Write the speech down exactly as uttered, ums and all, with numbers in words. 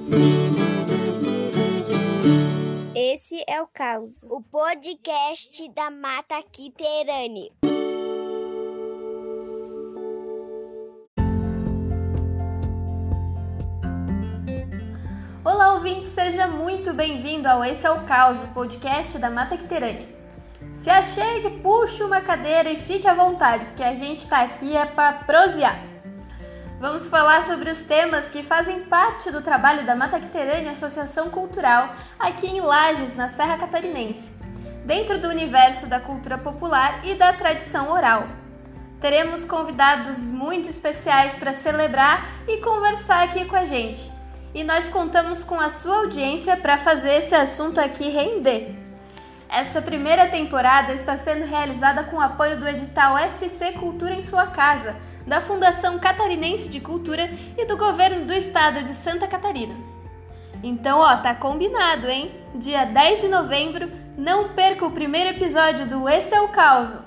Esse é o Caos, o podcast da Mata Quiterânea. Olá, ouvinte, seja muito bem-vindo ao Esse é o Caos, o podcast da Mata Quiterânea. Se achegue, puxe uma cadeira e fique à vontade, porque a gente está aqui é para prosear. Vamos falar sobre os temas que fazem parte do trabalho da Mata Quiterânea Associação Cultural aqui em Lages, na Serra Catarinense, dentro do universo da cultura popular e da tradição oral. Teremos convidados muito especiais para celebrar e conversar aqui com a gente. E nós contamos com a sua audiência para fazer esse assunto aqui render. Essa primeira temporada está sendo realizada com o apoio do edital S C Cultura em Sua Casa, da Fundação Catarinense de Cultura e do Governo do Estado de Santa Catarina. Então, ó, tá combinado, hein? Dia dez de novembro, não perca o primeiro episódio do Esse é o Caos.